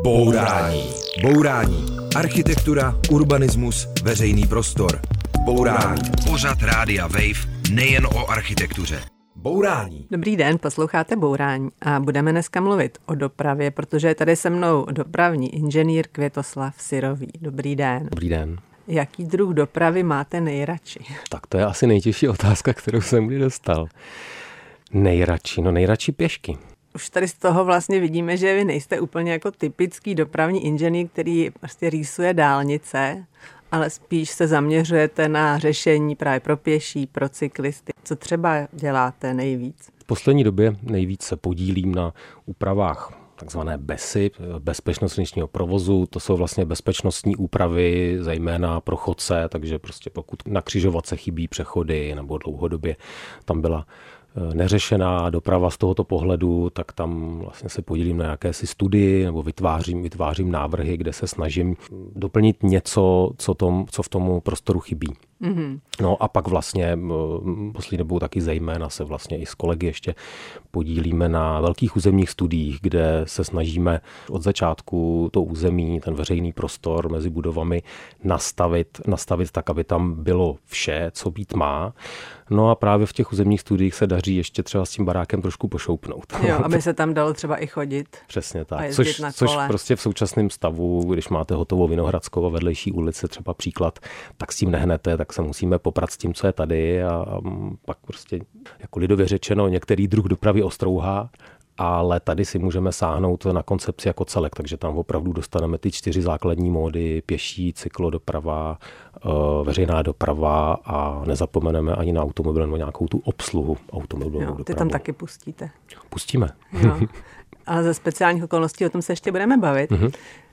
Bourání. Bourání. Architektura, urbanismus, veřejný prostor. Bourání. Pořad Rádia Wave nejen o architektuře. Bourání. Dobrý den, posloucháte Bourání a budeme dneska mluvit o dopravě, protože je tady se mnou dopravní inženýr Květoslav Syrový. Dobrý den. Dobrý den. Jaký druh dopravy máte nejradši? Tak to je asi nejtěžší otázka, kterou jsem kdy dostal. Nejradši pěšky. Už tady z toho vlastně vidíme, že vy nejste úplně jako typický dopravní inženýr, který prostě rýsuje dálnice, ale spíš se zaměřujete na řešení právě pro pěší, pro cyklisty. Co třeba děláte nejvíc? V poslední době nejvíc se podílím na úpravách takzvané BESy, bezpečnost silničního provozu. To jsou vlastně bezpečnostní úpravy, zejména pro chodce, takže prostě pokud na křižovatce chybí přechody nebo dlouhodobě tam byla neřešená doprava z tohoto pohledu, tak tam vlastně se podílím na jakési studii nebo vytvářím návrhy, kde se snažím doplnit něco, co v tomu prostoru chybí. Mm-hmm. No a pak vlastně poslední dobou taky zejména se vlastně i s kolegy ještě podílíme na velkých územních studiích, kde se snažíme od začátku to území, ten veřejný prostor mezi budovami nastavit tak, aby tam bylo vše, co být má. No a právě v těch územních studiích se daří ještě třeba s tím barákem trošku pošoupnout. Jo, aby se tam dalo třeba i chodit. Přesně tak. Což prostě v současném stavu, když máte hotovou Vinohradskou a vedlejší ulici, třeba příklad, tak s tím nehnete, tak se musíme poprat s tím, co je tady a pak prostě jako lidově řečeno některý druh dopravy ostrouhá, ale tady si můžeme sáhnout na koncepci jako celek, takže tam opravdu dostaneme ty 4 základní módy, pěší, cyklodoprava, veřejná doprava a nezapomeneme ani na automobil nebo nějakou tu obsluhu automobilovou dopravu. Ty tam taky pustíte. Pustíme. Jo. Ale za speciálních okolností o tom se ještě budeme bavit. Mm-hmm.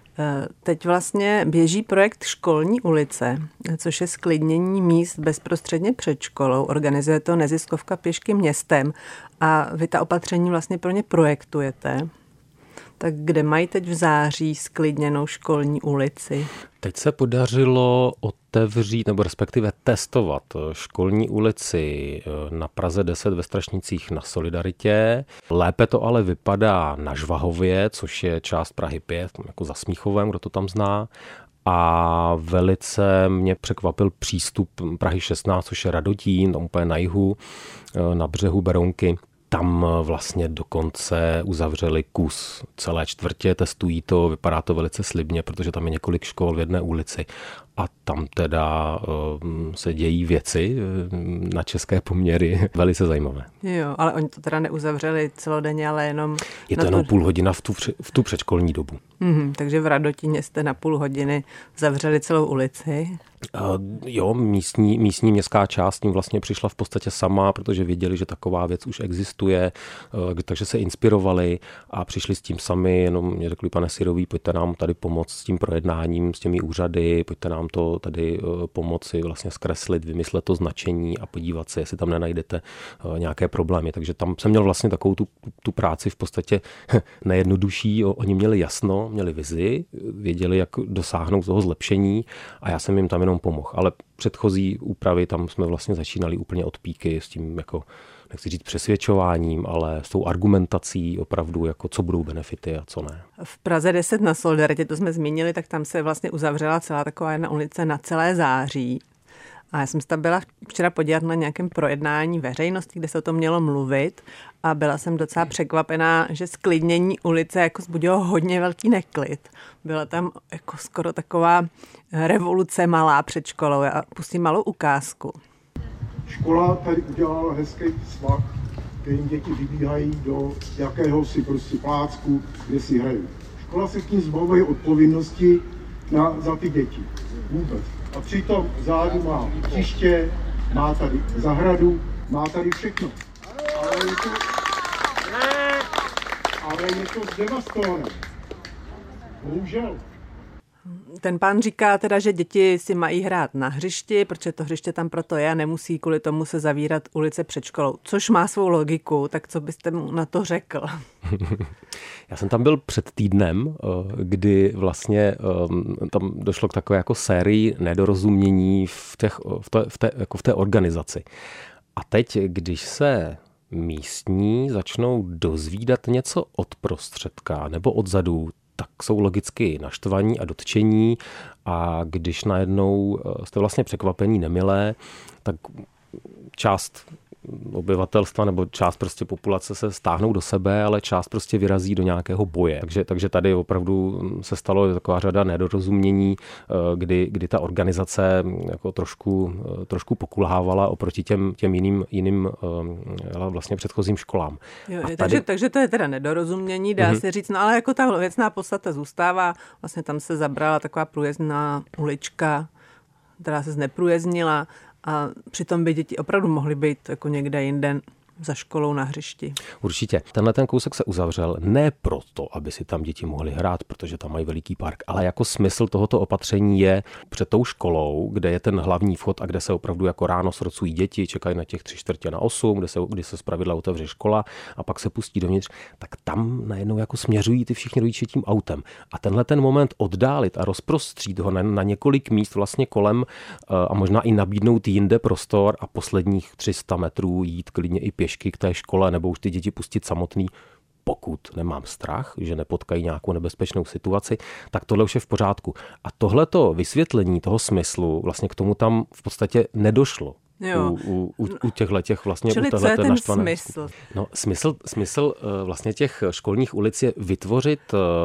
Teď vlastně běží projekt Školní ulice, což je zklidnění míst bezprostředně před školou. Organizuje to neziskovka Pěšky městem a vy ta opatření vlastně pro ně projektujete. Tak kde mají teď v září zklidněnou školní ulici? Teď se podařilo otevřít, nebo respektive testovat školní ulici na Praze 10 ve Strašnicích na Solidaritě. Lépe to ale vypadá na Žvahově, což je část Prahy 5, jako za Smíchovem, kdo to tam zná. A velice mě překvapil přístup Prahy 16, což je Radotín, tam úplně na jihu, na břehu Berounky. Tam vlastně dokonce uzavřeli kus celé čtvrtě, testují to, vypadá to velice slibně, protože tam je několik škol v jedné ulici a tam teda se dějí věci na české poměry velice zajímavé. Jo, ale oni to teda neuzavřeli celodenně, ale jenom... Je to jenom půl hodina v tu předškolní dobu. Takže v Radotíně jste na půl hodiny zavřeli celou ulici. Jo, místní městská část tím vlastně přišla v podstatě sama, protože věděli, že taková věc už existuje, takže se inspirovali a přišli s tím sami, jenom mě řekli, pane Syrový, pojďte nám tady pomoct s tím projednáním, s těmi úřady, pojďte nám to tady pomoci vlastně zkreslit, vymyslet to značení a podívat se, jestli tam nenajdete nějaké problémy. Takže tam jsem měl vlastně takovou tu práci v podstatě nejjednodušší, oni měli jasno, měli vizi, věděli, jak dosáhnout toho zlepšení a já jsem jim tam jenom pomohl. Ale předchozí úpravy, tam jsme vlastně začínali úplně od píky s tím, jako, nechci říct přesvědčováním, ale s tou argumentací opravdu, jako co budou benefity a co ne. V Praze 10 na Solidaritě, to jsme zmínili, tak tam se vlastně uzavřela celá taková jedna ulice na celé září. A já jsem se tam byla včera podívat na nějakém projednání veřejnosti, kde se o tom mělo mluvit a byla jsem docela překvapená, že zklidnění ulice jako vzbudilo hodně velký neklid. Byla tam jako skoro taková revoluce malá před školou. Já pustím malou ukázku. Škola tady udělala hezký svah, kterým děti vybíhají do jakéhosi prostě plácku, kde si hrají. Škola se k ní zbavuje odpovědnosti za ty děti. Vůbec. A přitom vzadu má hřiště, má tady zahradu, má tady všechno. Ale je to zdevastované. Bohužel. Ten pán říká teda, že děti si mají hrát na hřišti, protože to hřiště tam proto je a nemusí kvůli tomu se zavírat ulice před školou. Což má svou logiku, tak co byste mu na to řekl? Já jsem tam byl před týdnem, kdy vlastně tam došlo k takové jako sérii nedorozumění v té organizaci. A teď, když se místní začnou dozvídat něco od prostředka nebo odzadu, tak jsou logicky naštvaní a dotčení a když najednou jste vlastně překvapení nemilé, tak část obyvatelstva nebo část prostě populace se stáhnou do sebe, ale část prostě vyrazí do nějakého boje. Takže tady opravdu se stalo taková řada nedorozumění, kdy ta organizace jako trošku pokulhávala oproti těm jiným vlastně předchozím školám. Jo, takže to je teda nedorozumění, dá se říct, no ale jako ta věcná podstata zůstává, vlastně tam se zabrala taková průjezdná ulička, která se zneprůjezdnila, a přitom by děti opravdu mohly být jako někde jinde za školou na hřišti. Určitě. Tenhle ten kousek se uzavřel ne proto, aby si tam děti mohly hrát, protože tam mají veliký park, ale jako smysl tohoto opatření je před tou školou, kde je ten hlavní vchod a kde se opravdu jako ráno srocují děti, čekají na těch 7:45, kdy se zpravidla otevře škola a pak se pustí dovnitř, tak tam najednou jako směřují ty všichni rodiče tím autem. A tenhle ten moment oddálit a rozprostřít ho na několik míst vlastně kolem a možná i nabídnout jinde prostor a posledních 300 metrů jít klidně i pěšky k té škole nebo už ty děti pustit samotný, pokud nemám strach, že nepotkají nějakou nebezpečnou situaci, tak tohle už je v pořádku. A tohleto vysvětlení toho smyslu vlastně k tomu tam v podstatě nedošlo. U těchhletěch vlastně. Čili co je ten smysl? No, smysl vlastně těch školních ulic je vytvořit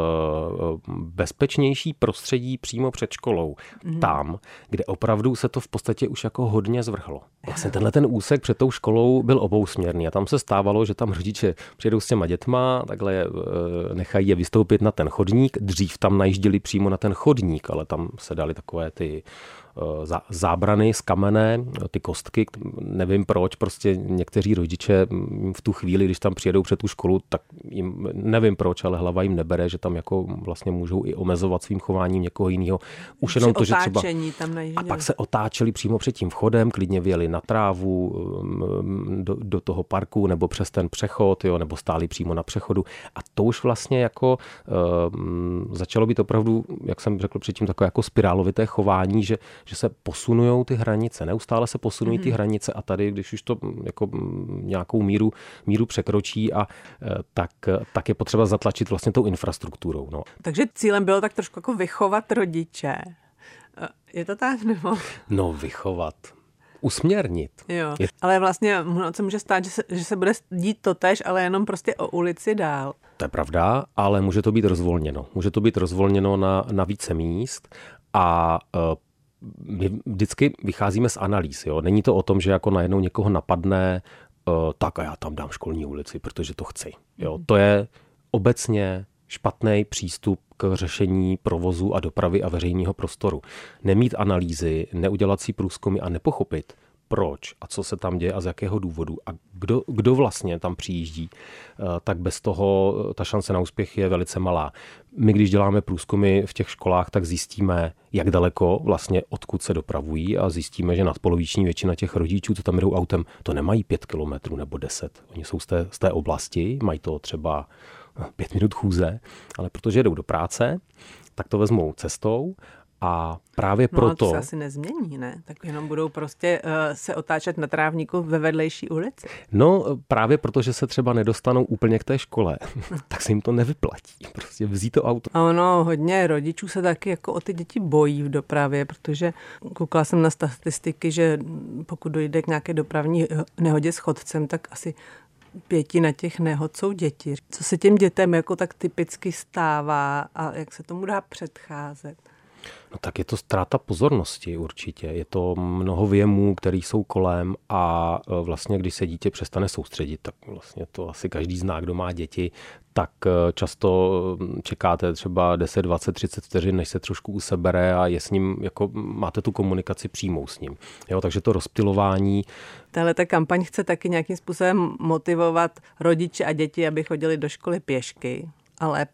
bezpečnější prostředí přímo před školou. Tam, kde opravdu se to v podstatě už jako hodně zvrhlo. Vlastně tenhle ten úsek před tou školou byl obousměrný a tam se stávalo, že tam rodiče přijedou s těma dětma, takhle nechají je vystoupit na ten chodník. Dřív tam najížděli přímo na ten chodník, ale tam se dali takové ty zábrany z kamene, ty kostky, nevím proč, prostě někteří rodiče v tu chvíli, když tam přijedou před tu školu, tak jim, nevím proč, ale hlava jim nebere, že tam jako vlastně můžou i omezovat svým chováním někoho jiného. Už jenom to, že třeba a pak se otáčeli přímo před tím vchodem, klidně vyjeli na trávu, do toho parku nebo přes ten přechod, jo, nebo stáli přímo na přechodu a to už vlastně jako začalo být opravdu, jak jsem řekl předtím, takové jako spirálovité chování, že se posunujou ty hranice, neustále se posunují ty hranice a tady, když už to jako nějakou míru překročí tak je potřeba zatlačit vlastně tou infrastrukturou. No. Takže cílem bylo tak trošku jako vychovat rodiče. Je to tak? Nebo? No, vychovat. Usměrnit. Jo, ale vlastně se může stát, že se bude dít totéž, ale jenom prostě o ulici dál. To je pravda, ale může to být rozvolněno. Může to být rozvolněno na více míst a my vždycky vycházíme z analýz. Jo? Není to o tom, že jako najednou někoho napadne, tak a já tam dám školní ulici, protože to chci. Jo? To je obecně špatný přístup k řešení provozu a dopravy a veřejného prostoru. Nemít analýzy, neudělat si průzkumy a nepochopit, proč a co se tam děje a z jakého důvodu a kdo vlastně tam přijíždí, tak bez toho ta šance na úspěch je velice malá. My, když děláme průzkumy v těch školách, tak zjistíme, jak daleko vlastně odkud se dopravují a zjistíme, že nadpoloviční většina těch rodičů, co tam jdou autem, to nemají 5 kilometrů nebo 10. Oni jsou z té oblasti, mají to třeba 5 minut chůze, ale protože jdou do práce, tak to vezmou cestou. A právě proto... No, to se asi nezmění, ne? Tak jenom budou prostě se otáčet na trávníku ve vedlejší ulici. No, právě protože se třeba nedostanou úplně k té škole, tak se jim to nevyplatí. Prostě vzít to auto. A ono, hodně rodičů se taky jako o ty děti bojí v dopravě, protože koukala jsem na statistiky, že pokud dojde k nějaké dopravní nehodě s chodcem, tak asi 1/5 těch nehod jsou děti. Co se těm dětem jako tak typicky stává a jak se tomu dá předcházet? No tak je to ztráta pozornosti určitě. Je to mnoho věmů, které jsou kolem a vlastně, když se dítě přestane soustředit, tak vlastně to asi každý zná, kdo má děti, tak často čekáte třeba 10, 20, 30 vteřin, než se trošku usebere a je s ním, jako máte tu komunikaci přímou s ním. Jo, takže to rozptylování. Tahle ta kampaň chce taky nějakým způsobem motivovat rodiče a děti, aby chodili do školy pěšky, ale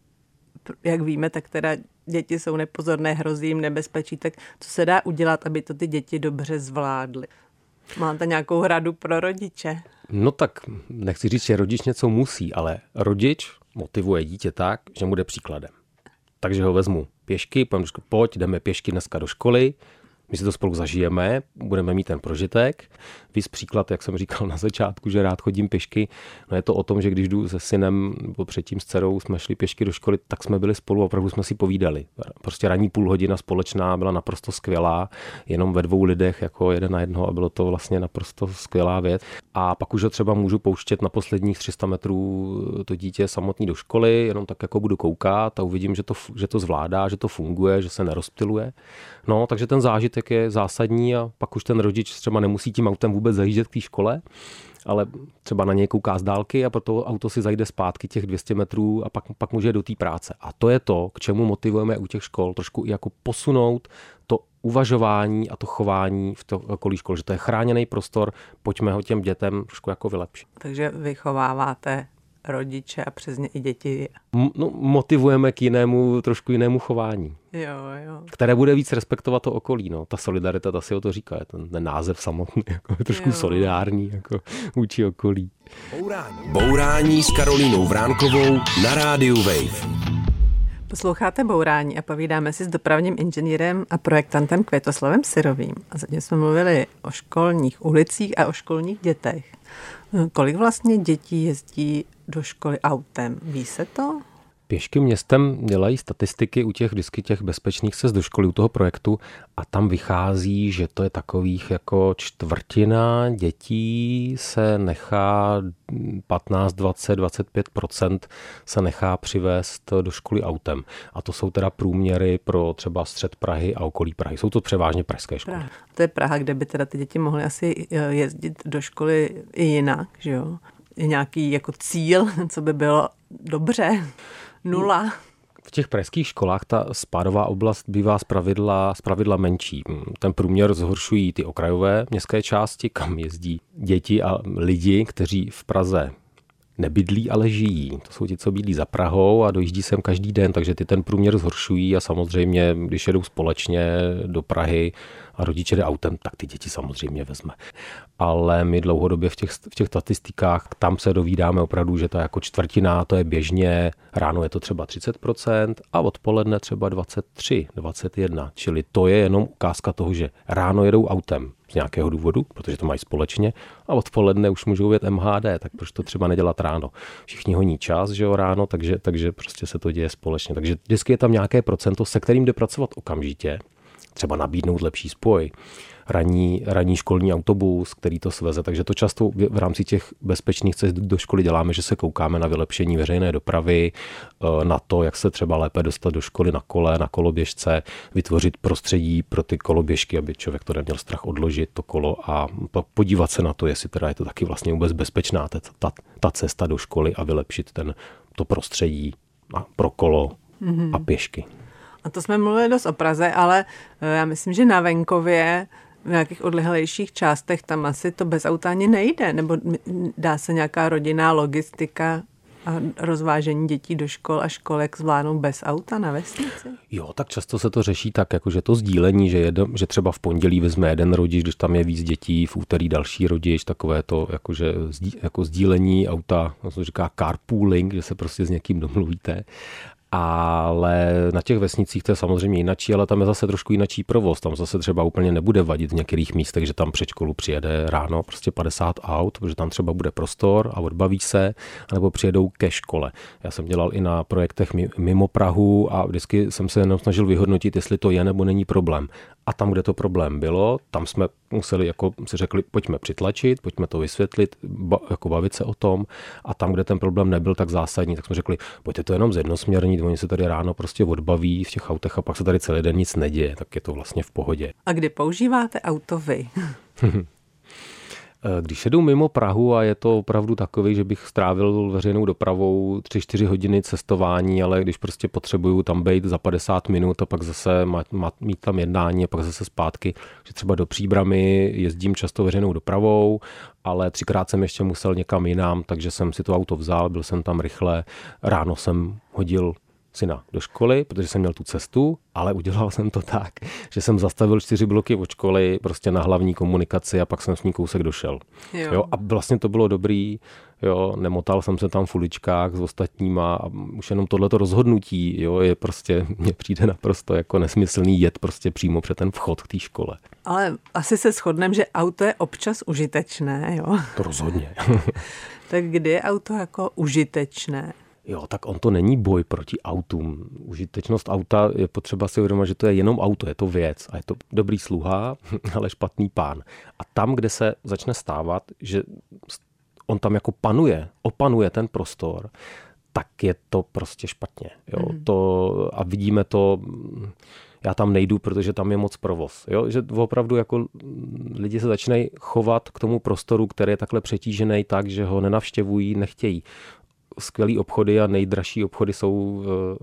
jak víme, tak teda děti jsou nepozorné, hrozí jim nebezpečí, tak co se dá udělat, aby to ty děti dobře zvládly? Máte nějakou radu pro rodiče? No tak nechci říct, že rodič něco musí, ale rodič motivuje dítě tak, že mu jde příkladem. Takže ho vezmu pěšky, pojď, jdeme pěšky dneska do školy, My si to spolu zažijeme, budeme mít ten prožitek. Víc příklad, jak jsem říkal na začátku, že rád chodím pěšky. No je to o tom, že když jdu se synem nebo předtím s dcerou, jsme šli pěšky do školy, tak jsme byli spolu a opravdu jsme si povídali. Prostě ranní půl hodina společná byla naprosto skvělá, jenom ve 2 lidech, jako 1 na 1 a bylo to vlastně naprosto skvělá věc. A pak už ho třeba můžu pouštět na posledních 300 metrů to dítě samotný do školy, jenom tak jako budu koukat a uvidím, že to zvládá, že to funguje, že se nerozptyluje. No, takže ten zážitek je zásadní a pak už ten rodič třeba nemusí tím autem vůbec zajíždět k té škole, ale třeba na něj kouká z dálky a proto auto si zajde zpátky těch 200 metrů a pak může do té práce. A to je to, k čemu motivujeme u těch škol, trošku i jako posunout to uvažování a to chování v okolí škol, že to je chráněný prostor, pojďme ho těm dětem trošku jako vylepšit. Takže vychováváte rodiče a přes ně i děti. Motivujeme k trošku jinému chování. Jo. Které bude víc respektovat to okolí. No. Ta solidarita, ta si o to říká. Ten název samotný jako je trošku solidární jako vůči okolí. Bourání s Karolínou Vránkovou na rádiu Wave. Posloucháte Bourání a povídáme si s dopravním inženýrem a projektantem Květoslavem Syrovým. A zatím jsme mluvili o školních ulicích a o školních dětech. Kolik vlastně dětí jezdí do školy autem? Ví se to? Pěšky městem dělají statistiky u těch bezpečných cest do školy, u toho projektu a tam vychází, že to je takových jako 1/4 dětí se nechá 15, 20, 25% se nechá přivést do školy autem. A to jsou teda průměry pro třeba střed Prahy a okolí Prahy. Jsou to převážně pražské školy. Praha. To je Praha, kde by teda ty děti mohly asi jezdit do školy i jinak, že jo? Je nějaký jako cíl, co by bylo dobře? 0. V těch pražských školách ta spádová oblast bývá zpravidla menší. Ten průměr zhoršují ty okrajové městské části, kam jezdí děti a lidi, kteří v Praze nebydlí, ale žijí. To jsou ti, co bydlí za Prahou a dojíždí sem každý den, takže ty ten průměr zhoršují a samozřejmě, když jedou společně do Prahy a rodiče jde autem, tak ty děti samozřejmě vezme. Ale my dlouhodobě v těch statistikách, tam se dovídáme opravdu, že to je jako 1/4, to je běžně, ráno je to třeba 30% a odpoledne třeba 23, 21. Čili to je jenom ukázka toho, že ráno jedou autem z nějakého důvodu, protože to mají společně a odpoledne už můžou jet MHD, tak proč to třeba nedělat ráno? Všichni honí čas, že jo, ráno, takže prostě se to děje společně. Takže vždycky je tam nějaké procento, se kterým jde pracovat okamžitě. Třeba nabídnout lepší spoj, ranní školní autobus, který to sveze. Takže to často v rámci těch bezpečných cest do školy děláme, že se koukáme na vylepšení veřejné dopravy, na to, jak se třeba lépe dostat do školy na kole, na koloběžce, vytvořit prostředí pro ty koloběžky, aby člověk to neměl strach odložit to kolo a podívat se na to, jestli teda je to taky vlastně vůbec bezpečná ta cesta do školy a vylepšit to prostředí pro kolo a pěšky. A to jsme mluvili dost o Praze, ale já myslím, že na venkově, v nějakých odlehlejších částech, tam asi to bez auta ani nejde, nebo dá se nějaká rodinná logistika a rozvážení dětí do škol a školek zvládnout bez auta na vesnici? Jo, tak často se to řeší tak, jakože to sdílení, že třeba v pondělí vezme jeden rodič, když tam je víc dětí, v úterý další rodič, takové to jakože jako sdílení auta, to se říká carpooling, že se prostě s někým domluvíte. Ale na těch vesnicích to je samozřejmě jinačí, ale tam je zase trošku jinačí provoz. Tam zase třeba úplně nebude vadit v některých místech, že tam před školu přijede ráno prostě 50 aut, protože tam třeba bude prostor a odbaví se, nebo přijedou ke škole. Já jsem dělal i na projektech mimo Prahu a vždycky jsem se jenom snažil vyhodnotit, jestli to je nebo není problém. A tam, kde to problém bylo, tam jsme museli, jako si řekli, pojďme přitlačit, pojďme to vysvětlit, jako bavit se o tom. A tam, kde ten problém nebyl tak zásadní, tak jsme řekli, pojďte to jenom zjednosměrnit, oni se tady ráno prostě odbaví v těch autech a pak se tady celý den nic neděje, tak je to vlastně v pohodě. A kdy používáte auto vy? Když jedu mimo Prahu a je to opravdu takový, že bych strávil veřejnou dopravou 3-4 hodiny cestování, ale když prostě potřebuju tam být za 50 minut a pak zase mít tam jednání a pak zase zpátky, že třeba do Příbrami jezdím často veřejnou dopravou, ale 3krát jsem ještě musel někam jinam, takže jsem si to auto vzal, byl jsem tam rychle, ráno jsem hodil syna do školy, protože jsem měl tu cestu, ale udělal jsem to tak, že jsem zastavil 4 bloky od školy prostě na hlavní komunikaci a pak jsem s ní kousek došel. Jo. A vlastně to bylo dobrý, jo, nemotal jsem se tam v uličkách s ostatníma a už jenom tohleto rozhodnutí, jo, je prostě, mně přijde naprosto jako nesmyslný jet prostě přímo před ten vchod k té škole. Ale asi se shodneme, že auto je občas užitečné, jo? To rozhodně. Tak kdy je auto jako užitečné? Jo, tak on to není boj proti autům. Užitečnost auta je potřeba si uvědomit, že to je jenom auto, je to věc a je to dobrý sluha, ale špatný pán. A tam, kde se začne stávat, že on tam jako opanuje ten prostor, tak je to prostě špatně. Jo. A vidíme to, já tam nejdu, protože tam je moc provoz. Jo. Že opravdu jako lidi se začínají chovat k tomu prostoru, který je takhle přetížený tak, že ho nenavštěvují, nechtějí. Skvělý obchody a nejdražší obchody jsou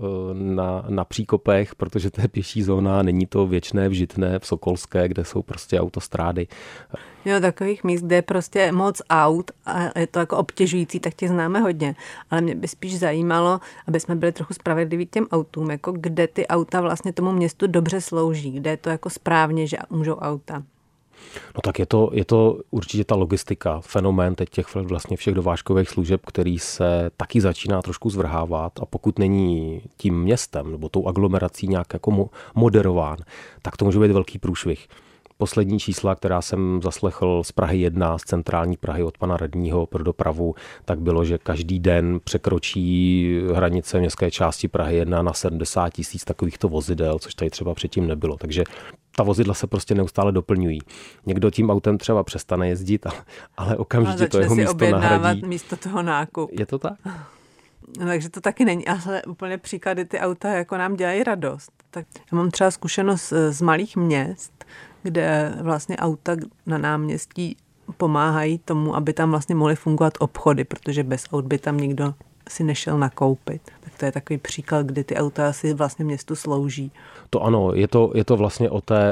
na příkopech, protože to je pěší zóna, není to věčné v Žitné, v Sokolské, kde jsou prostě autostrády. Jo, takových míst, kde je prostě moc aut a je to jako obtěžující, tak tě známe hodně. Ale mě by spíš zajímalo, aby jsme byli trochu spravedliví k těm autům, jako kde ty auta vlastně tomu městu dobře slouží, kde je to jako správně, že můžou auta. No tak je to určitě ta logistika, fenomén teď těch vlastně všech dovážkových služeb, který se taky začíná trošku zvrhávat a pokud není tím městem nebo tou aglomerací nějak jako moderován, tak to může být velký průšvih. Poslední čísla, která jsem zaslechl z Prahy 1, z centrální Prahy od pana radního pro dopravu, tak bylo, že každý den překročí hranice městské části Prahy 1 na 70 000 takovýchto vozidel, což tady třeba předtím nebylo. Takže ta vozidla se prostě neustále doplňují. Někdo tím autem třeba přestane jezdit, ale okamžitě to jeho místo nahradí. Místo toho nákup. Je to tak? No, takže to taky není, ale úplně příklady ty auta jako nám dělají radost. Tak já mám třeba zkušenost z malých měst, kde vlastně auta na náměstí pomáhají tomu, aby tam vlastně mohly fungovat obchody, protože bez aut by tam nikdo si nešel nakoupit. Tak to je takový příklad, kdy ty auta si vlastně městu slouží. To ano, je to vlastně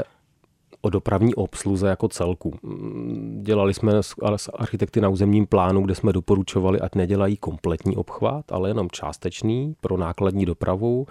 o dopravní obsluze jako celku. Dělali jsme s architekty na územním plánu, kde jsme doporučovali, ať nedělají kompletní obchvat, ale jenom částečný pro nákladní dopravu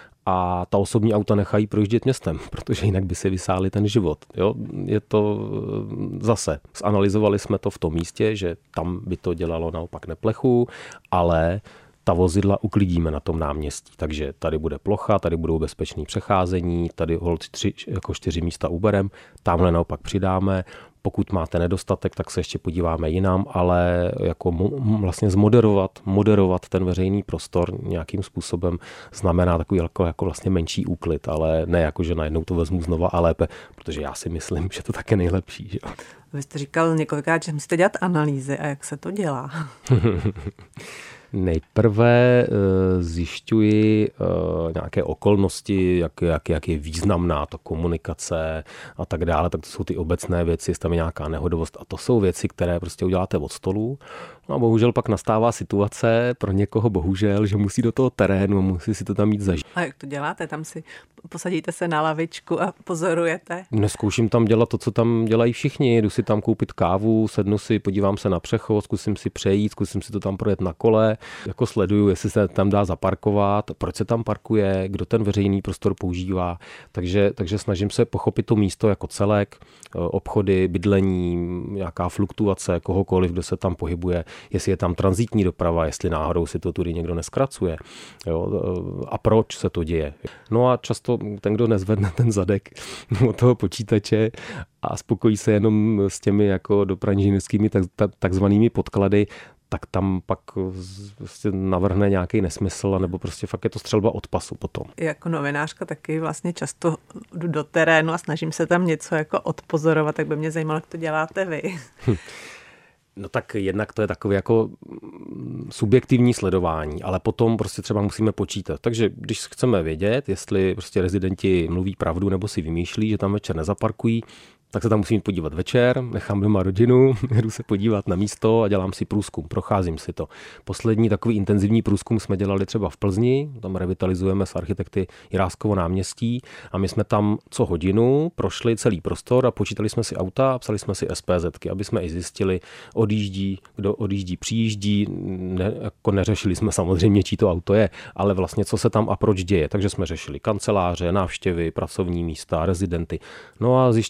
a ta osobní auta nechají projíždět městem, protože jinak by si vysáli ten život. Jo? Je to zase, zanalyzovali jsme to v tom místě, že tam by to dělalo naopak neplechu, ale ta vozidla uklidíme na tom náměstí. Takže tady bude plocha, tady budou bezpečné přecházení, tady holt 4 místa uberem, tamhle naopak přidáme. Pokud máte nedostatek, tak se ještě podíváme jinam, ale jako vlastně moderovat ten veřejný prostor nějakým způsobem znamená takový jako vlastně menší úklid, ale ne jako, že najednou to vezmu znova a lépe, protože já si myslím, že to tak je nejlepší. Že? Vy jste říkal několikrát, že musíte dělat analýzy a jak se to dělá? Nejprve zjišťuji nějaké okolnosti, jak je významná ta komunikace a tak dále, tak to jsou ty obecné věci, jestli tam je nějaká nehodovost a to jsou věci, které prostě uděláte od stolu. No a bohužel pak nastává situace pro někoho bohužel, že musí do toho terénu, musí si to tam mít zažít. A jak to děláte? Tam si posadíte se na lavičku a pozorujete? Neskouším tam dělat to, co tam dělají všichni. Jdu si tam koupit kávu, sednu si, podívám se na přechod, zkusím si přejít, zkusím si to tam projet na kole, jako sleduju, jestli se tam dá zaparkovat, proč se tam parkuje, kdo ten veřejný prostor používá. Takže snažím se pochopit to místo jako celek, obchody, bydlení, nějaká fluktuace kohokoliv, kdo se tam pohybuje, jestli je tam tranzitní doprava, jestli náhodou si to tudy někdo neskracuje. Jo, a proč se to děje. No a často ten, kdo nezvedne ten zadek od toho počítače a spokojí se jenom s těmi jako dopravně-inženýrskými takzvanými podklady, tak tam pak prostě navrhne nějaký nesmysl, nebo prostě fakt je to střelba od pasu potom. Jako novinářka taky vlastně často jdu do terénu a snažím se tam něco jako odpozorovat, tak by mě zajímalo, jak to děláte vy. No tak jednak to je takové jako subjektivní sledování, ale potom prostě třeba musíme počítat. Takže když chceme vědět, jestli prostě rezidenti mluví pravdu nebo si vymýšlí, že tam večer nezaparkují, tak se tam musím podívat večer, nechám doma rodinu, jdu se podívat na místo a dělám si průzkum, procházím si to. Poslední takový intenzivní průzkum jsme dělali třeba v Plzni, tam revitalizujeme s architekty Jiráskovo náměstí a my jsme tam co hodinu prošli celý prostor a počítali jsme si auta a psali jsme si SPZky, aby jsme i zjistili, kdo odjíždí, přijíždí, jako neřešili jsme samozřejmě, čí to auto je, ale vlastně co se tam a proč děje. Takže jsme řešili kanceláře, návštěvy, pracovní místa, rezidenty. No a zjišťovali jsme,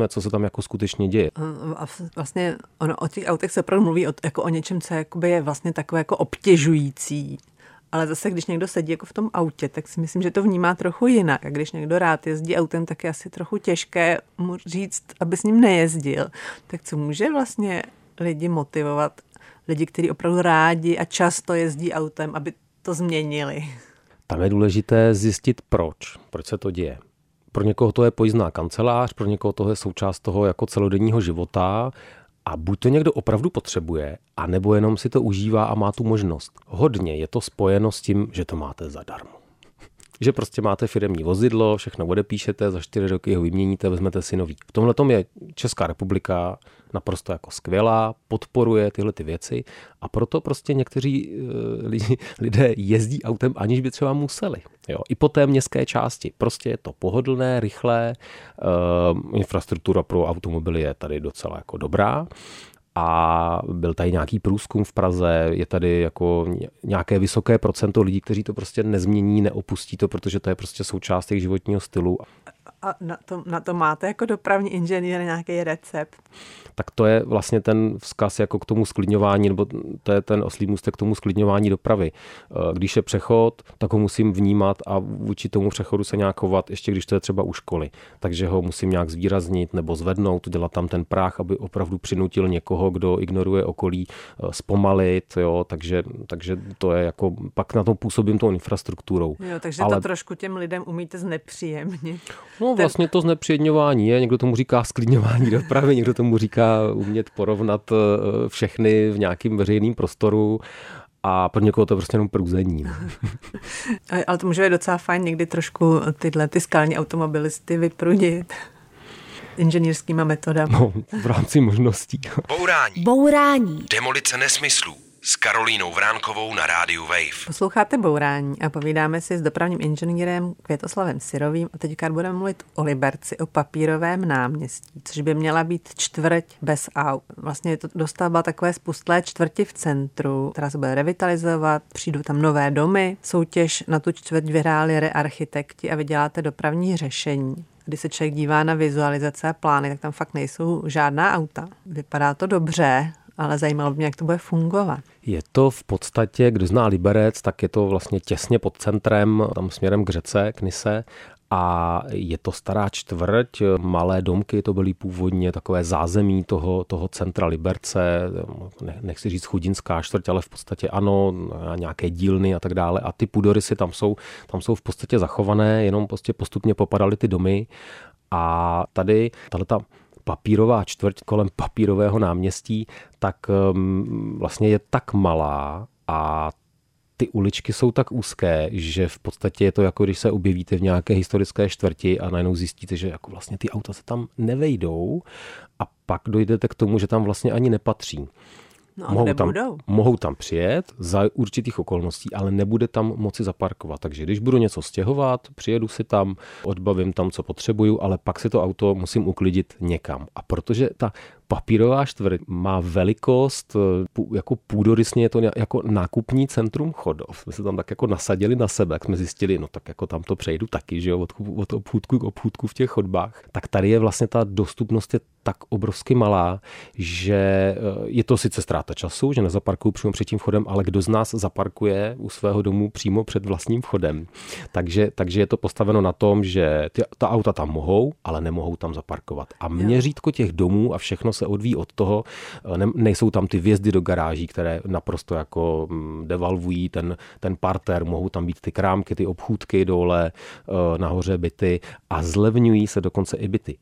popíšme, co se tam jako skutečně děje. A vlastně ono o těch autech se opravdu mluví jako o něčem, co je vlastně takové jako obtěžující. Ale zase, když někdo sedí jako v tom autě, tak si myslím, že to vnímá trochu jinak. A když někdo rád jezdí autem, tak je asi trochu těžké mu říct, aby s ním nejezdil. Tak co může vlastně lidi motivovat, lidi, kteří opravdu rádi a často jezdí autem, aby to změnili? Tam je důležité zjistit proč se to děje. Pro někoho to je pojízdná kancelář, pro někoho to je součást toho jako celodenního života a buď to někdo opravdu potřebuje, anebo jenom si to užívá a má tu možnost. Hodně je to spojeno s tím, že to máte zadarmo. Že prostě máte firemní vozidlo, všechno odepíšete, za 4 roky ho vyměníte, vezmete si nový. V tomhletom je Česká republika naprosto jako skvělá, podporuje tyhle ty věci a proto prostě někteří lidé jezdí autem, aniž by třeba museli. Jo, i po té městské části. Prostě je to pohodlné, rychlé, infrastruktura pro automobily je tady docela jako dobrá. A byl tady nějaký průzkum v Praze, je tady jako nějaké vysoké procento lidí, kteří to prostě nezmění, neopustí to, protože to je prostě součást jejich životního stylu. A na to máte jako dopravní inženýr nějaký recept? Tak to je vlastně ten vzkaz jako k tomu sklidňování, nebo to je ten oslí můstek k tomu sklidňování dopravy. Když je přechod, tak ho musím vnímat a vůči tomu přechodu se nějak chovat, ještě když to je třeba u školy. Takže ho musím nějak zvýraznit nebo zvednout, dělat tam ten práh, aby opravdu přinutil někoho, kdo ignoruje okolí, zpomalit. Jo? Takže to je jako, pak na tom působím tou infrastrukturou. Jo, takže to trošku těm lidem umíte znepříjemnit. No vlastně to znepříjemňování je, někdo tomu říká sklidňování dopravy, někdo tomu říká umět porovnat všechny v nějakém veřejném prostoru a pro někoho to je prostě jenom průzení. Ale to může být docela fajn někdy trošku ty skalní automobilisty vyprudit inženýrskýma metodami. No, v rámci možností. Bourání. Demolice nesmyslů. S Karolínou Vránkovou na rádiu Wave. Posloucháte Bourání a povídáme si s dopravním inženýrem Květoslavem Syrovým a teďka budeme mluvit o Liberci, o Papírovém náměstí, což by měla být čtvrť bez aut. Vlastně je to dostavba takové spustlé čtvrti v centru, která se bude revitalizovat, přijdou tam nové domy, soutěž na tu čtvrť vyhráli architekti a vy děláte dopravní řešení. Když se člověk dívá na vizualizace a plány, tak tam fakt nejsou žádná auta. Vypadá to dobře, ale zajímalo by mě, jak to bude fungovat. Je to v podstatě, kdo zná Liberec, tak je to vlastně těsně pod centrem, tam směrem k řece, k Nyse. A je to stará čtvrť, malé domky, to byly původně takové zázemí toho centra Liberce, nechci říct chudinská čtvrť, ale v podstatě ano, nějaké dílny a tak dále. A ty půdorysy tam jsou v podstatě zachované, jenom prostě postupně popadaly ty domy. A tady tahleta Papírová čtvrť kolem Papírového náměstí, tak vlastně je tak malá a ty uličky jsou tak úzké, že v podstatě je to jako když se objevíte v nějaké historické čtvrti a najednou zjistíte, že jako vlastně ty auta se tam nevejdou a pak dojdete k tomu, že tam vlastně ani nepatří. No, mohou tam přijet za určitých okolností, ale nebude tam moci zaparkovat. Takže když budu něco stěhovat, přijedu si tam, odbavím tam, co potřebuju, ale pak si to auto musím uklidit někam. A protože ta Papírová čtvrť má velikost, jako půdorysně je to jako nákupní centrum Chodov. My se tam tak jako nasadili na sebe, jak jsme zjistili, no tak jako tam to přejdu taky, že jo, od obchůdku k obchůdku v těch chodbách. Tak tady je vlastně ta dostupnost je tak obrovsky malá, že je to sice ztráta času, že nezaparkuju přímo před tím vchodem, ale kdo z nás zaparkuje u svého domu přímo před vlastním vchodem. Takže je to postaveno na tom, že ta auta tam mohou, ale nemohou tam zaparkovat. A měřítko těch domů a všechno se odvíjí od toho, nejsou tam ty vjezdy do garáží, které naprosto jako devalvují ten parter, mohou tam být ty krámky, ty obchůdky dole, nahoře byty a zlevňují se dokonce i byty.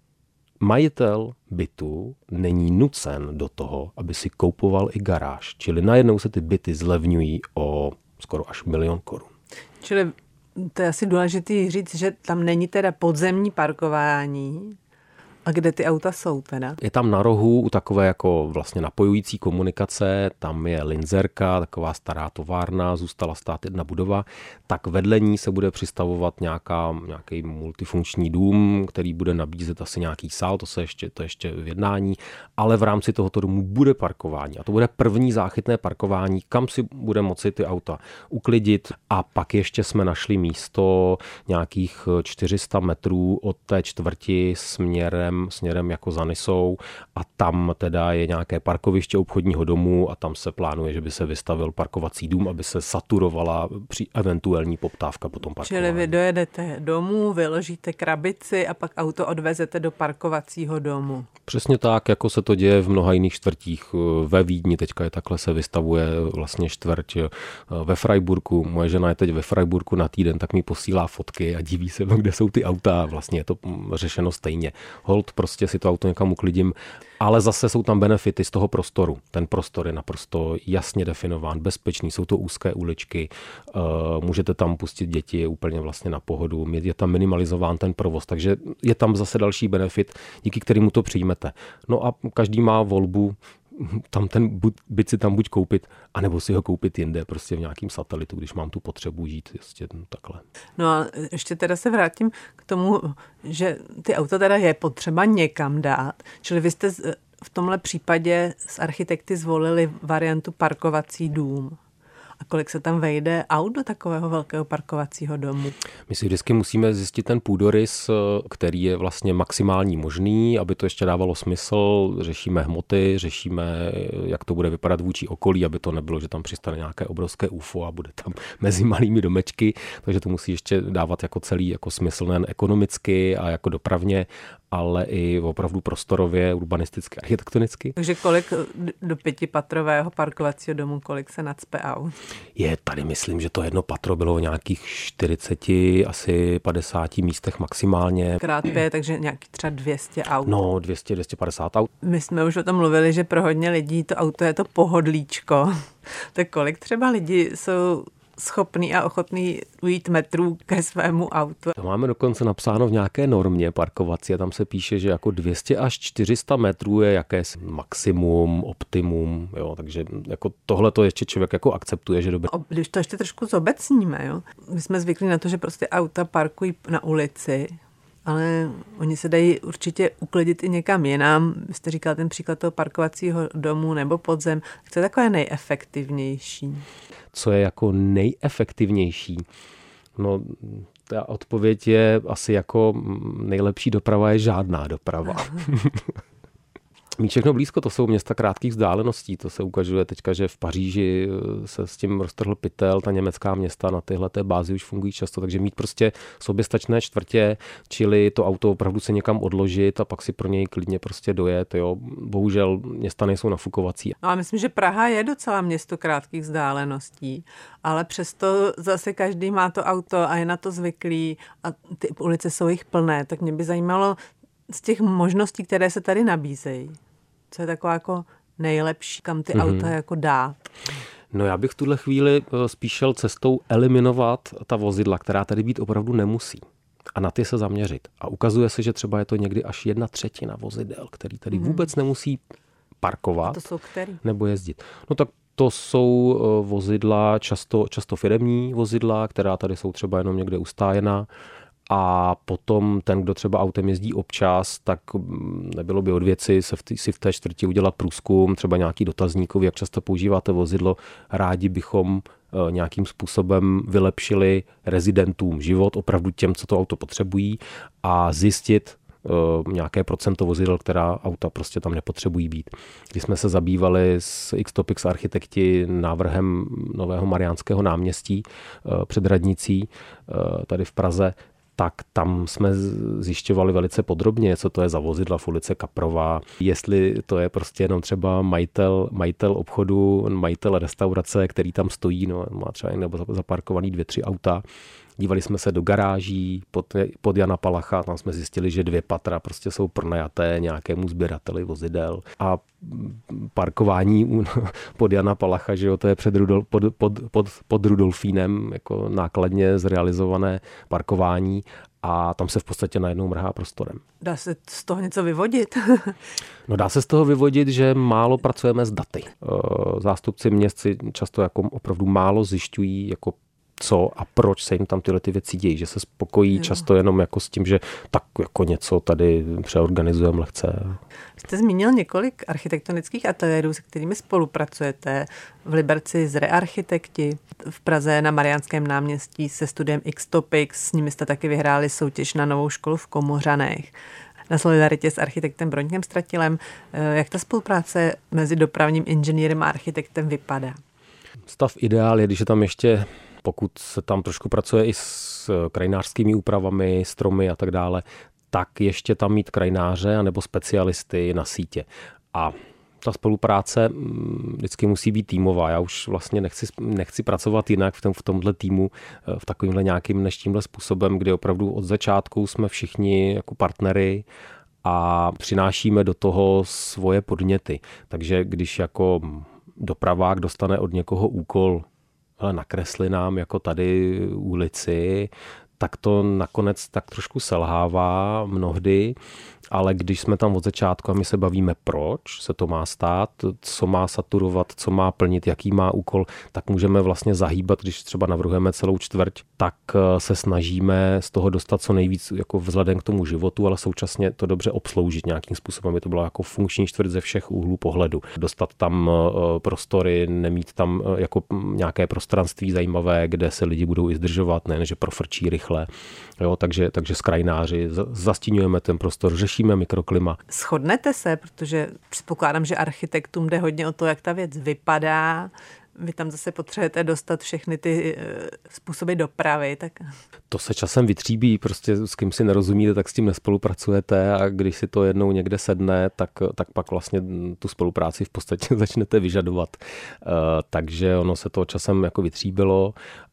Majitel bytu není nucen do toho, aby si koupoval i garáž, čili najednou se ty byty zlevňují o skoro až 1 000 000 korun. Čili to je asi důležité říct, že tam není teda podzemní parkování. A kde ty auta jsou teda? Je tam na rohu u takové jako vlastně napojující komunikace, tam je Linzerka, taková stará továrna, zůstala stát jedna budova, tak vedle ní se bude přistavovat nějaký multifunkční dům, který bude nabízet asi nějaký sál, to ještě v jednání, ale v rámci tohoto domu bude parkování a to bude první záchytné parkování, kam si bude moci ty auta uklidit a pak ještě jsme našli místo nějakých 400 metrů od té čtvrti směrem směrem jako za Nisou a tam teda je nějaké parkoviště obchodního domu a tam se plánuje, že by se vystavil parkovací dům, aby se saturovala při eventuální poptávka po tom parkování. Čili vy dojedete domů, vyložíte krabici a pak auto odvezete do parkovacího domu. Přesně tak, jako se to děje v mnoha jiných čtvrtích. Ve Vídni teďka je takhle se vystavuje vlastně čtvrť. Ve Freiburgu, moje žena je teď ve Freiburgu na týden, tak mi posílá fotky a diví se, kde jsou ty auta. Vlastně je to řešeno stejně. Holt prostě si to auto někam uklidím, ale zase jsou tam benefity z toho prostoru. Ten prostor je naprosto jasně definován, bezpečný, jsou to úzké uličky, můžete tam pustit děti úplně vlastně na pohodu, je tam minimalizován ten provoz, takže je tam zase další benefit, díky kterému to přijmete. No a každý má volbu, tam ten byt si tam buď koupit, anebo si ho koupit jinde, prostě v nějakým satelitu, když mám tu potřebu žít prostě takhle. No a ještě teda se vrátím k tomu, že ty auta teda je potřeba někam dát, čili vy jste v tomhle případě s architekty zvolili variantu parkovací dům. A kolik se tam vejde aut do takového velkého parkovacího domu? My si vždycky musíme zjistit ten půdorys, který je vlastně maximální možný, aby to ještě dávalo smysl. Řešíme hmoty, řešíme, jak to bude vypadat vůči okolí, aby to nebylo, že tam přistane nějaké obrovské UFO a bude tam mezi malými domečky. Takže to musí ještě dávat jako celý jako smysl nejen ekonomicky a jako dopravně, ale i opravdu prostorově, urbanisticky, architektonicky. Takže kolik do 5patrového parkovacího domu, kolik se nacpe aut? Je tady, myslím, že to jedno patro bylo v nějakých 40, asi 50 místech maximálně. Krát 5, takže nějaký třeba 200 aut. No, 200-250 aut. My jsme už o tom mluvili, že pro hodně lidí to auto je to pohodlíčko. Tak kolik třeba lidí jsou schopný a ochotný ujít metrů ke svému autu? To máme dokonce napsáno v nějaké normě parkovací a tam se píše, že jako 200 až 400 metrů je jakési maximum, optimum, jo, takže jako tohle to ještě člověk jako akceptuje, že dobře. Když to ještě trošku zobecníme, jo. My jsme zvyklí na to, že prostě auta parkují na ulici, ale oni se dají určitě uklidit i někam jinam. Vy jste říkal ten příklad toho parkovacího domu nebo podzem. Co je takové nejefektivnější? Co je jako nejefektivnější? No, ta odpověď je asi jako nejlepší doprava je žádná doprava. Mít všechno blízko, to jsou města krátkých vzdáleností. To se ukazuje teďka, že v Paříži se s tím roztrhl pytel, ta německá města na téhleté bázi už fungují často, takže mít prostě soběstačné čtvrtě, čili to auto opravdu se někam odložit a pak si pro něj klidně prostě dojet. Jo. Bohužel města nejsou nafukovací. No a myslím, že Praha je docela město krátkých vzdáleností, ale přesto zase každý má to auto a je na to zvyklý a ty ulice jsou jich plné, tak mě by zajímalo z těch možností, které se tady nabízejí. Co je taková jako nejlepší, kam ty auta jako dát? No já bych v tuhle chvíli spíš šel cestou eliminovat ta vozidla, která tady být opravdu nemusí. A na ty se zaměřit. A ukazuje se, že třeba je to někdy až 1/3 vozidel, který tady vůbec nemusí parkovat. A to jsou který? Nebo jezdit. No tak to jsou vozidla, často firemní vozidla, která tady jsou třeba jenom někde ustájená. A potom ten, kdo třeba autem jezdí občas, tak nebylo by od věci si v té čtvrti udělat průzkum, třeba nějaký dotazníkový, jak často používáte vozidlo. Rádi bychom nějakým způsobem vylepšili rezidentům život, opravdu těm, co to auto potřebují, a zjistit nějaké procento vozidel, která auta prostě tam nepotřebují být. Když jsme se zabývali s Xtopics architekti návrhem nového Mariánského náměstí před radnicí tady v Praze, tak tam jsme zjišťovali velice podrobně, co to je za vozidla v ulici Kaprová, jestli to je prostě jenom třeba majitel obchodu, majitel restaurace, který tam stojí, no, má třeba nebo zaparkovaný 2-3 auta. Dívali jsme se do garáží pod Jana Palacha, tam jsme zjistili, že 2 patra prostě jsou pronajaté nějakému sběrateli vozidel. A parkování pod Jana Palacha, že jo, to je pod Rudolfínem, jako nákladně zrealizované parkování, a tam se v podstatě najednou mrhá prostorem. Dá se z toho něco vyvodit? No, dá se z toho vyvodit, že málo pracujeme s daty. Zástupci měst si často jako opravdu málo zjišťují, jako co a proč se jim tam tyhle ty věci dějí, že se spokojí často jenom jako s tím, že tak jako něco tady přeorganizujeme lehce. Jste zmínil několik architektonických ateliérů, se kterými spolupracujete. V Liberci s Rearchitekti, v Praze na Mariánském náměstí se studiem Xtopics, s nimi jste taky vyhráli soutěž na novou školu v Komořanech. na solidaritě s architektem Broňkem Stratilem. Jak ta spolupráce mezi dopravním inženýrem a architektem vypadá? Stav ideál je, když je tam ještě, pokud se tam trošku pracuje i s krajinářskými úpravami, stromy a tak dále, tak ještě tam mít krajináře anebo specialisty na sítě. A ta spolupráce vždycky musí být týmová. Já už vlastně nechci pracovat jinak v tomhle týmu, v takovýmhle nějakým než tímhle způsobem, kdy opravdu od začátku jsme všichni jako partnery a přinášíme do toho svoje podněty. Takže když jako dopravák dostane od někoho úkol, nakresli nám jako tady ulici, tak to nakonec tak trošku selhává mnohdy, ale když jsme tam od začátku a my se bavíme, proč se to má stát, co má saturovat, co má plnit, jaký má úkol, tak můžeme vlastně zahýbat, když třeba navrhujeme celou čtvrť, tak se snažíme z toho dostat co nejvíc jako vzhledem k tomu životu, ale současně to dobře obsloužit nějakým způsobem, aby to bylo jako funkční čtvrť ze všech úhlů pohledu. Dostat tam prostory, nemít tam jako nějaké prostranství zajímavé, kde se lidi budou i zdržovat, ne, že profrčí rychle. Jo, takže s krajináři zastínujeme ten prostor, řešíme mikroklima. Shodnete se, protože předpokládám, že architektům jde hodně o to, jak ta věc vypadá. Vy tam zase potřebujete dostat všechny ty způsoby dopravy. Tak... To se časem vytříbí, prostě s kým si nerozumíte, tak s tím nespolupracujete a když si to jednou někde sedne, tak pak vlastně tu spolupráci v podstatě začnete vyžadovat. Takže ono se to časem jako vytříbilo.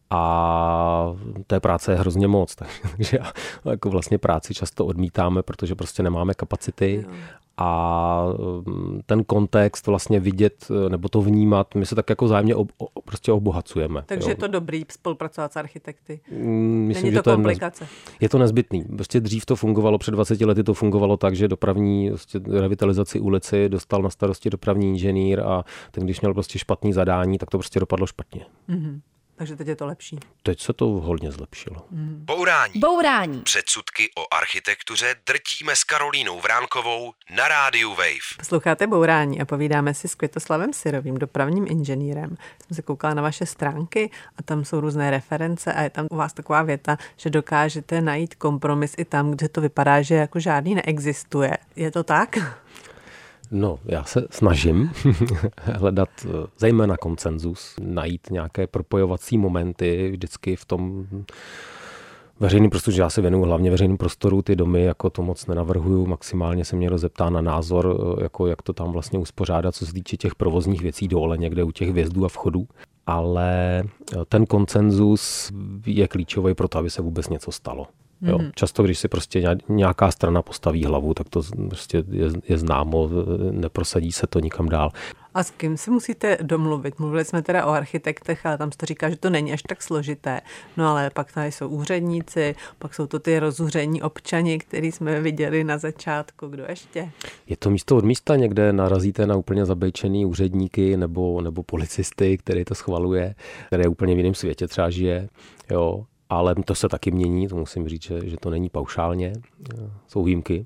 A té práce je hrozně moc, takže jako vlastně práci často odmítáme, protože prostě nemáme kapacity a ten kontext vlastně vidět nebo to vnímat, my se tak jako vzájemně prostě obohacujeme. Takže je to dobrý spolupracovat s architekty? Myslím, není to komplikace? Je to nezbytný. Prostě dřív to fungovalo, před 20 lety to fungovalo tak, že dopravní prostě revitalizaci ulici dostal na starosti dopravní inženýr a ten, když měl prostě špatný zadání, tak to prostě dopadlo špatně. Mm-hmm. Takže teď je to lepší. Teď se to hodně zlepšilo. Bourání. Předsudky o architektuře drtíme s Karolínou Vránkovou na rádiu Wave. Posloucháte Bourání a povídáme si s Květoslavem Syrovým, dopravním inženýrem. Jsem se koukala na vaše stránky a tam jsou různé reference a je tam u vás taková věta, že dokážete najít kompromis i tam, kde to vypadá, že jako žádný neexistuje. Je to tak? No, já se snažím hledat zejména konsenzus, najít nějaké propojovací momenty vždycky v tom veřejném prostoru, že já se věnuju hlavně veřejným prostoru, ty domy jako to moc nenavrhuju, maximálně se mě rozeptá na názor, jako jak to tam vlastně uspořádat, co se týče těch provozních věcí dole někde u těch vjezdů a vchodů. Ale ten konsenzus je klíčový pro to, aby se vůbec něco stalo. Jo. Často, když si prostě nějaká strana postaví hlavu, tak to prostě je známo, neprosadí se to nikam dál. A s kým si musíte domluvit? Mluvili jsme teda o architektech, ale tam se říká, že to není až tak složité. No ale pak tady jsou úředníci, pak jsou to ty rozuření občani, který jsme viděli na začátku. Kdo ještě? Je to místo od místa, někde narazíte na úplně zabejčený úředníky nebo policisty, který to schvaluje, který je úplně v jiném světě třeba žije. Jo. Ale to se taky mění, to musím říct, že to není paušálně, jsou výjimky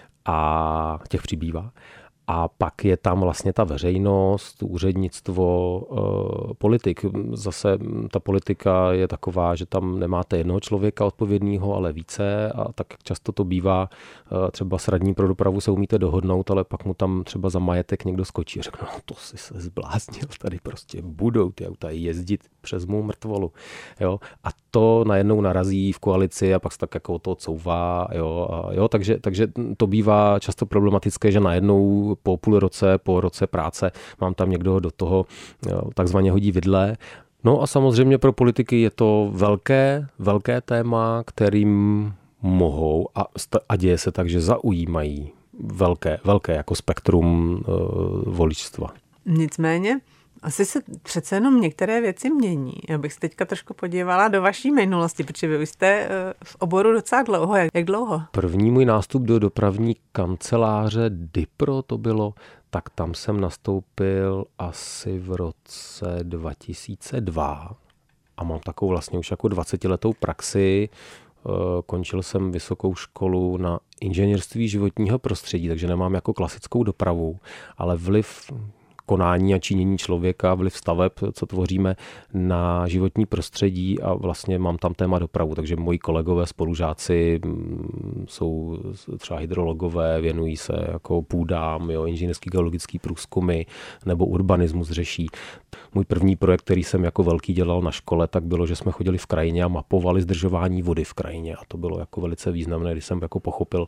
a těch přibývá. A pak je tam vlastně ta veřejnost, úřednictvo, politik. Zase ta politika je taková, že tam nemáte jednoho člověka odpovědného, ale více a tak často to bývá, třeba s radním pro dopravu se umíte dohodnout, ale pak mu tam třeba za majetek někdo skočí a řekne, no to si se zbláznil, tady prostě budou ty auta jezdit přes mou mrtvolu. Jo? A to najednou narazí v koalici a pak se tak jako to couvá. Jo? Takže to bývá často problematické, že najednou po půl roce, po roce práce mám tam někdo do toho takzvaně hodí vidle. No a samozřejmě pro politiky je to velké téma, kterým mohou a děje se tak, že zaujímají velké jako spektrum voličstva. Nicméně asi se přece jenom některé věci mění. Já bych se teďka trošku podívala do vaší minulosti, protože vy jste v oboru docela dlouho. Jak dlouho? První můj nástup do dopravní kanceláře Dipro to bylo, tak tam jsem nastoupil asi v roce 2002 a mám takovou vlastně už jako 20letou praxi. Končil jsem vysokou školu na inženýrství životního prostředí, takže nemám jako klasickou dopravu, ale vliv konání a činění člověka, vliv staveb, co tvoříme na životní prostředí a vlastně mám tam téma dopravu, takže moji kolegové, spolužáci jsou třeba hydrologové, věnují se jako půdám, inženýrský geologický průzkumy nebo urbanismus řeší. Můj první projekt, který jsem jako velký dělal na škole, tak bylo, že jsme chodili v krajině a mapovali zdržování vody v krajině a to bylo jako velice významné, když jsem jako pochopil,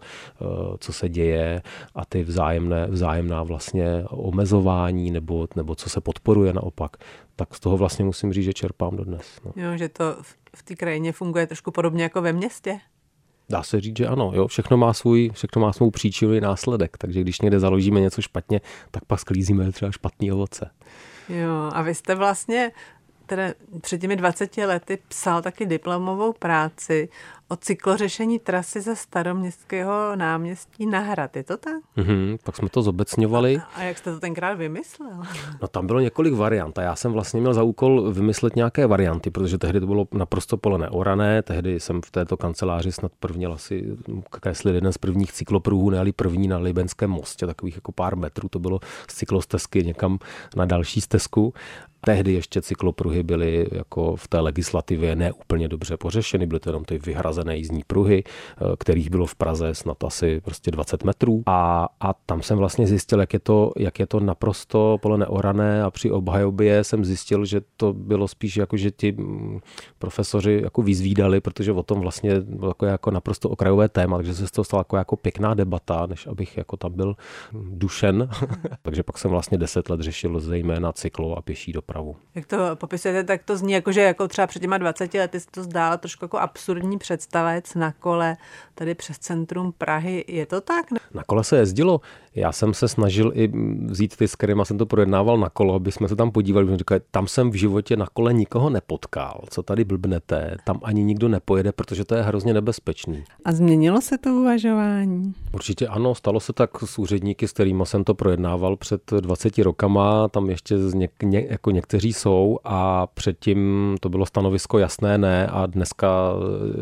co se děje a ty vzájemná vlastně omezování nebo co se podporuje naopak, tak z toho vlastně musím říct, že čerpám dodnes. No. Jo, že to v té krajině funguje trošku podobně jako ve městě. Dá se říct, že ano. Jo, všechno má svou příčinu i následek, takže když někde založíme něco špatně, tak pak sklízíme třeba špatný ovoce. Jo, a vy jste vlastně teda před těmi 20 lety psal taky diplomovou práci o cyklořešení trasy ze Staroměstského náměstí na Hrad. Je to tak? Pak jsme to zobecňovali. A jak jste to tenkrát vymyslel? No tam bylo několik variant a já jsem vlastně měl za úkol vymyslet nějaké varianty, protože tehdy to bylo naprosto pole neorané, tehdy jsem v této kanceláři snad prvně asi kreslil jeden z prvních cyklopruhů, ne-li první na Libenském mostě, takových jako pár metrů, to bylo z cyklostezky někam na další stezku. Tehdy ještě cyklopruhy byly jako v té legislativě neúplně dobře pořešeny, byly to jenom ty vyhrazené jízdní pruhy, kterých bylo v Praze snad asi prostě 20 metrů. A tam jsem vlastně zjistil, jak je to naprosto pole neorané a při obhajobě jsem zjistil, že to bylo spíš jako, že ti profesoři jako vyzvídali, protože o tom vlastně bylo jako naprosto okrajové téma, takže se z toho stala jako pěkná debata, než abych jako tam byl dušen. Takže pak jsem vlastně 10 let řešil zejména cyklo a pěší dopravu. Jak to popisujete, tak to zní jako, že jako třeba před těma 20 lety se to zdálo trošku jako absurdní představa jet na kole tady přes centrum Prahy. Je to tak? Na kole se jezdilo. Já jsem se snažil i vzít ty, s kterýma jsem to projednával na kolo, aby jsme se tam podívali. Jsem říkal, tam jsem v životě na kole nikoho nepotkal. Co tady blbnete? Tam ani nikdo nepojede, protože to je hrozně nebezpečný. A změnilo se to uvažování? Určitě ano, stalo se tak s úředníky, s kterými jsem to projednával před 20 rokama. Tam ještě jako někteří jsou a předtím to bylo stanovisko jasné ne a dneska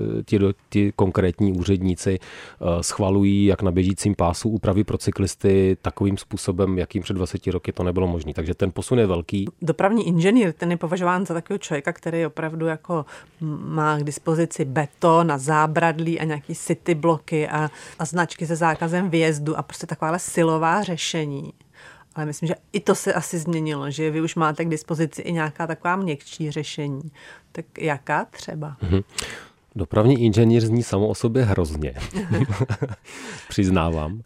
ti konkrétní úředníci schvalují jak na běžícím pásu úpravy pro cyklisty takovým způsobem, jakým před 20 roky to nebylo možné. Takže ten posun je velký. Dopravní inženýr, ten je považován za takového člověka, který opravdu jako má k dispozici beton a zábradlí a nějaký city bloky a značky se zákazem výjezdu a prostě takováhle silová řešení. Ale myslím, že i to se asi změnilo, že vy už máte k dispozici i nějaká taková měkčí řešení. Tak jaká třeba? Dopravní inženýr zní samo o sobě hrozně. Přiznávám.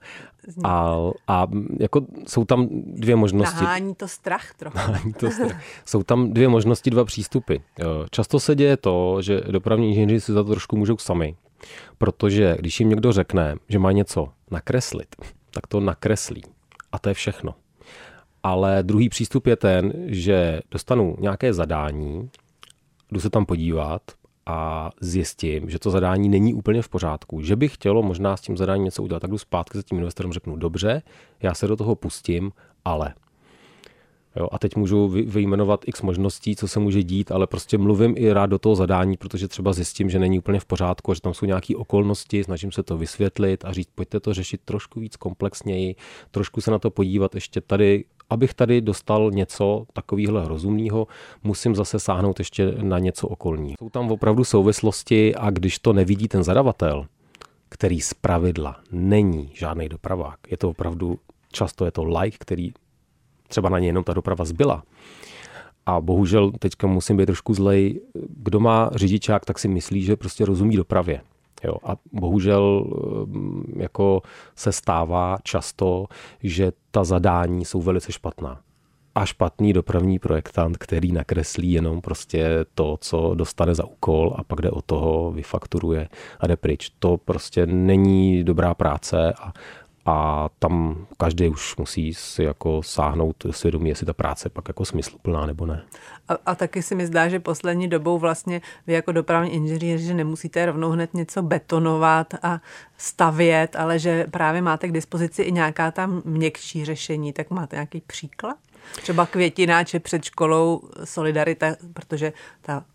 A jako jsou tam dvě možnosti. Nahání to strach trochu. Jsou tam dvě možnosti, dva přístupy. Často se děje to, že dopravní inženýři si za to trošku můžou sami. Protože když jim někdo řekne, že má něco nakreslit, tak to nakreslí. A to je všechno. Ale druhý přístup je ten, že dostanu nějaké zadání, jdu se tam podívat a zjistím, že to zadání není úplně v pořádku, že bych chtělo možná s tím zadáním něco udělat, tak jdu zpátky za tím investorem, řeknu, dobře, já se do toho pustím, ale. Jo, a teď můžu vyjmenovat x možností, co se může dít, ale prostě mluvím i rád do toho zadání, protože třeba zjistím, že není úplně v pořádku, že tam jsou nějaké okolnosti, snažím se to vysvětlit a říct, pojďte to řešit trošku víc komplexněji, trošku se na to podívat ještě tady, abych tady dostal něco takového rozumného, musím zase sáhnout ještě na něco okolního. Jsou tam opravdu souvislosti a když to nevidí ten zadavatel, který zpravidla není žádný dopravák, je to opravdu, často je to like, který třeba na něj jenom ta doprava zbyla. A bohužel teďka musím být trošku zlej. Kdo má řidičák, tak si myslí, že prostě rozumí dopravě. Jo, a bohužel jako se stává často, že ta zadání jsou velice špatná. A špatný dopravní projektant, který nakreslí jenom prostě to, co dostane za úkol a pak jde o toho, vyfakturuje a jde pryč. To prostě není dobrá práce a tam každý už musí si jako sáhnout do svědomí, jestli ta práce pak jako smysluplná nebo ne. A taky si mi zdá, že poslední dobou vlastně vy jako dopravní inženýř, že nemusíte rovnou hned něco betonovat a stavět, ale že právě máte k dispozici i nějaká tam měkčí řešení. Tak máte nějaký příklad? Třeba květináče před školou Solidarita, protože ta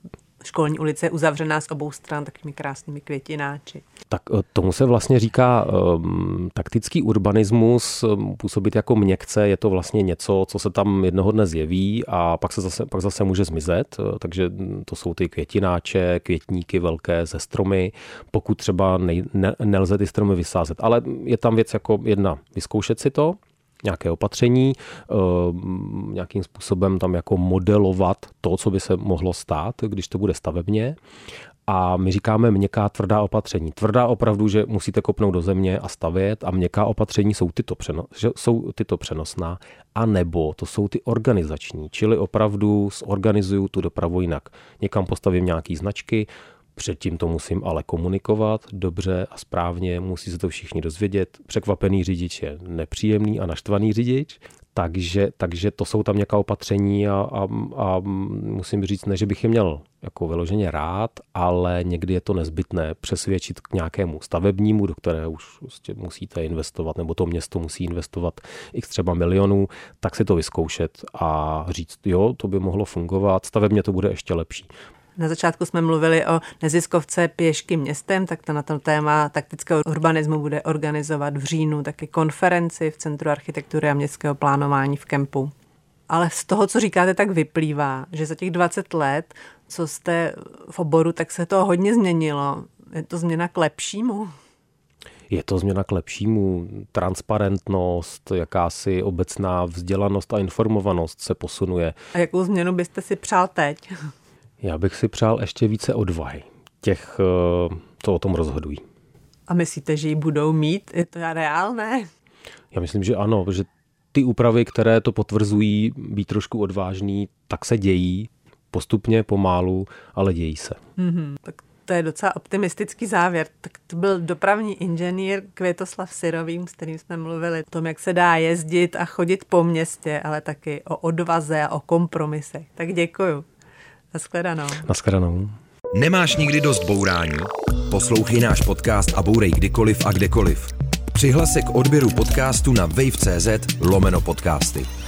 školní ulice je uzavřená z obou stran takovými krásnými květináči. Tak tomu se vlastně říká taktický urbanismus, působit jako měkce, je to vlastně něco, co se tam jednoho dne zjeví a pak zase může zmizet, takže to jsou ty květináče, květníky velké ze stromy, pokud třeba nelze ty stromy vysázet, ale je tam věc jako jedna, vyzkoušet si to, nějaké opatření, nějakým způsobem tam jako modelovat to, co by se mohlo stát, když to bude stavebně. A my říkáme měkká, tvrdá opatření. Tvrdá opravdu, že musíte kopnout do země a stavět, a měkká opatření jsou tyto přenosná, a nebo to jsou ty organizační, čili opravdu zorganizuju tu dopravu jinak. Někam postavím nějaký značky, předtím to musím ale komunikovat dobře a správně, musí se to všichni dozvědět. Překvapený řidič je nepříjemný a naštvaný řidič, takže to jsou tam nějaká opatření a musím říct, ne, že bych je měl jako vyloženě rád, ale někdy je to nezbytné přesvědčit k nějakému stavebnímu, do kterého už prostě musíte investovat, nebo to město musí investovat x třeba milionů, tak si to vyzkoušet a říct, jo, to by mohlo fungovat, stavebně to bude ještě lepší. Na začátku jsme mluvili o neziskovce Pěšky městem, tak to na tom téma taktického urbanismu bude organizovat v říjnu taky konferenci v Centru architektury a městského plánování v Kempu. Ale z toho, co říkáte, tak vyplývá, že za těch 20 let, co jste v oboru, tak se to hodně změnilo. Je to změna k lepšímu? Je to změna k lepšímu. Transparentnost, jakási obecná vzdělanost a informovanost se posunuje. A jakou změnu byste si přál teď? Já bych si přál ještě více odvahy těch, co o tom rozhodují. A myslíte, že ji budou mít? Je to reálné? Já myslím, že ano, že ty úpravy, které to potvrzují, být trošku odvážný, tak se dějí postupně, pomalu, ale dějí se. Tak to je docela optimistický závěr. Tak to byl dopravní inženýr Květoslav Syrový, s kterým jsme mluvili o tom, jak se dá jezdit a chodit po městě, ale taky o odvaze a o kompromisech. Tak děkuju. Nashledanou. Nashledanou. Nemáš nikdy dost bourání? Poslouchej náš podcast a bourej kdykoliv a kdekoliv. Přihlas se k odběru podcastu na wave.cz/podcasty.